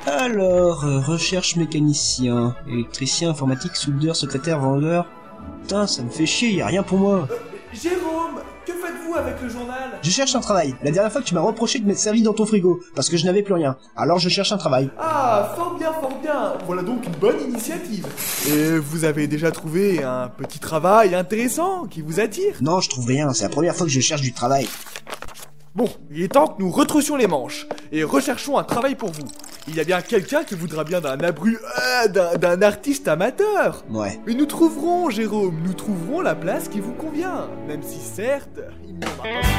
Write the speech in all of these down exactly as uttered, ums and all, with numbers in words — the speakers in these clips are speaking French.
Alors, euh, recherche mécanicien, électricien, informatique, soudeur, secrétaire, vendeur... Putain, ça me fait chier, y a rien pour moi. Euh, Jérôme, que faites-vous avec le journal? Je cherche un travail. La dernière fois que tu m'as reproché de m'être servi dans ton frigo, parce que je n'avais plus rien. Alors je cherche un travail. Ah, fort bien, fort bien. Voilà donc une bonne initiative. Et vous avez déjà trouvé un petit travail intéressant qui vous attire? Non, je trouve rien, c'est la première fois que je cherche du travail. Bon, il est temps que nous retroussions les manches et recherchons un travail pour vous. Il y a bien quelqu'un qui voudra bien d'un abru... Euh, d'un, d'un artiste amateur. Ouais. Et nous trouverons, Jérôme, nous trouverons la place qui vous convient. Même si, certes, il n'y en aura pas...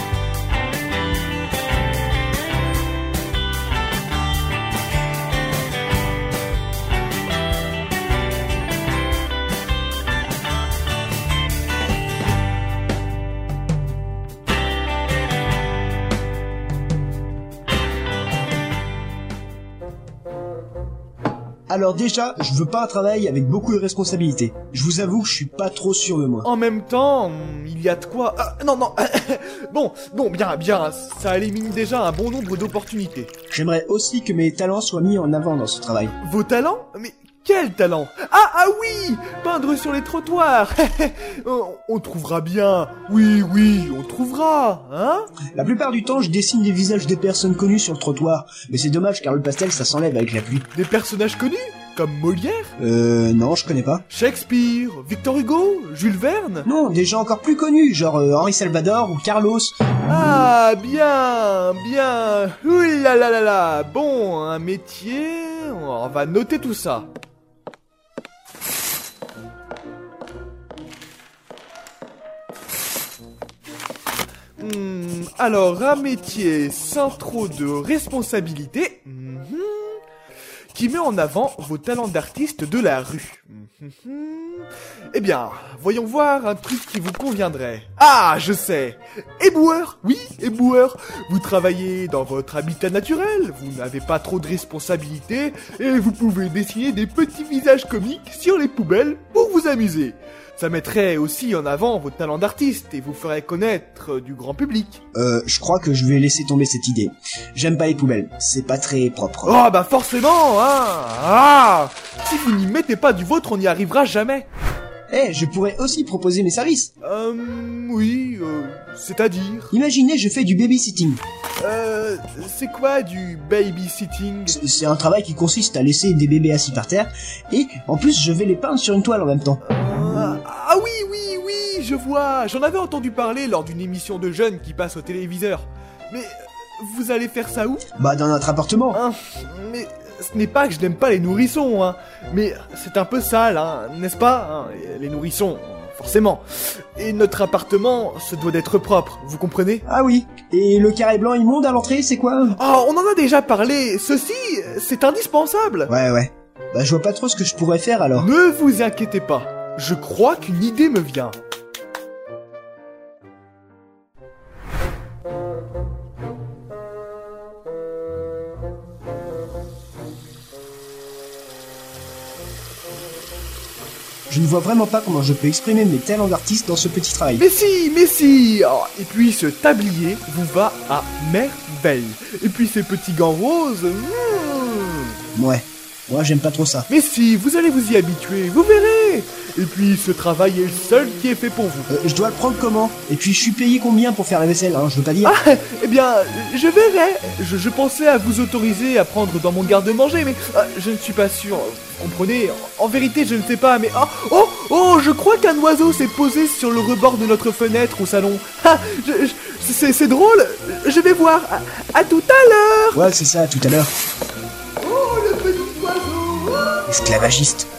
Alors déjà, je veux pas un travail avec beaucoup de responsabilités. Je vous avoue que je suis pas trop sûr de moi. En même temps, il y a de quoi... Ah, non, non, bon, bon, bien, bien, ça élimine déjà un bon nombre d'opportunités. J'aimerais aussi que mes talents soient mis en avant dans ce travail. Vos talents? Mais quel talent? Ah, ah oui, peindre sur les trottoirs. on, on trouvera bien. Oui, oui, on trouvera, hein? La plupart du temps, je dessine des visages des personnes connues sur le trottoir. Mais c'est dommage car le pastel, ça s'enlève avec la pluie. Des personnages connus? Comme Molière? Euh, non, je connais pas. Shakespeare? Victor Hugo? Jules Verne? Non, des gens encore plus connus, genre euh, Henri Salvador ou Carlos. Ah, bien, bien. Ouh là là là là. Bon, un métier... On va noter tout ça. Hmm, alors, un métier sans trop de responsabilité, mm-hmm, qui met en avant vos talents d'artiste de la rue. Mm-hmm. Eh bien, voyons voir un truc qui vous conviendrait. Ah, je sais. Éboueur, oui, éboueur. Vous travaillez dans votre habitat naturel, vous n'avez pas trop de responsabilités, et vous pouvez dessiner des petits visages comiques sur les poubelles pour vous amuser. Ça mettrait aussi en avant vos talents d'artiste et vous ferait connaître du grand public. Euh, je crois que je vais laisser tomber cette idée. J'aime pas les poubelles, c'est pas très propre. Oh bah forcément, hein. Ah, si vous n'y mettez pas du vôtre, on n'y arrivera jamais. Eh, hey, je pourrais aussi proposer mes services. Euh, oui, euh, c'est-à-dire... Imaginez, je fais du babysitting. Euh, c'est quoi du babysitting? C'est un travail qui consiste à laisser des bébés assis par terre, et en plus je vais les peindre sur une toile en même temps. Euh, ah oui, oui, oui, je vois. J'en avais entendu parler lors d'une émission de jeunes qui passe au téléviseur. Mais vous allez faire ça où? Bah dans notre appartement. Hein, mais... Ce n'est pas que je n'aime pas les nourrissons, hein, mais c'est un peu sale, hein, n'est-ce pas, hein, les nourrissons, forcément. Et notre appartement se doit d'être propre, vous comprenez? Ah oui, et le carré blanc immonde à l'entrée, c'est quoi? Oh, on en a déjà parlé, ceci, c'est indispensable. Ouais, ouais. Bah je vois pas trop ce que je pourrais faire alors. Ne vous inquiétez pas, je crois qu'une idée me vient. Je ne vois vraiment pas comment je peux exprimer mes talents d'artiste dans ce petit travail. Mais si, mais si. Oh, et puis ce tablier vous va à merveille. Et puis ces petits gants roses. Mmh. Ouais, moi j'aime pas trop ça. Mais si, vous allez vous y habituer, vous verrez. Et puis ce travail est le seul qui est fait pour vous. Euh, je dois le prendre comment? Et puis je suis payé combien pour faire la vaisselle, hein, je veux pas dire. Ah, eh bien, je verrai. Je, je pensais à vous autoriser à prendre dans mon garde-manger, mais euh, je ne suis pas sûr. Vous comprenez? En vérité, je ne sais pas, mais... Oh, oh, oh, je crois qu'un oiseau s'est posé sur le rebord de notre fenêtre au salon. Ah, je, je, c'est, c'est drôle. Je vais voir. À, à tout à l'heure. Ouais, c'est ça, à tout à l'heure. Oh, le petit oiseau. Esclavagiste.